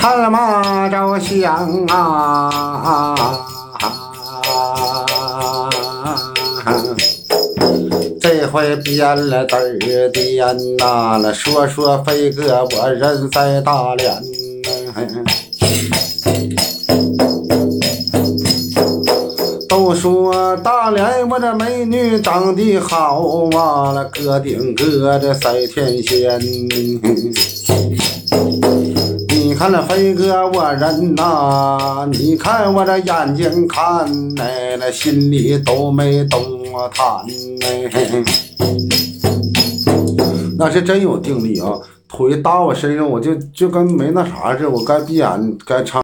看了嘛着香啊，这回变了字儿颠呐了，说飞哥我人在大连，都说大连我这美女长得好嘛了，个顶个的赛天仙。你看那飞哥我人呐，你看我这眼睛看那心里都没动弹那是真有定力啊！腿打我身上，我就跟没那啥似的，我该闭眼该唱。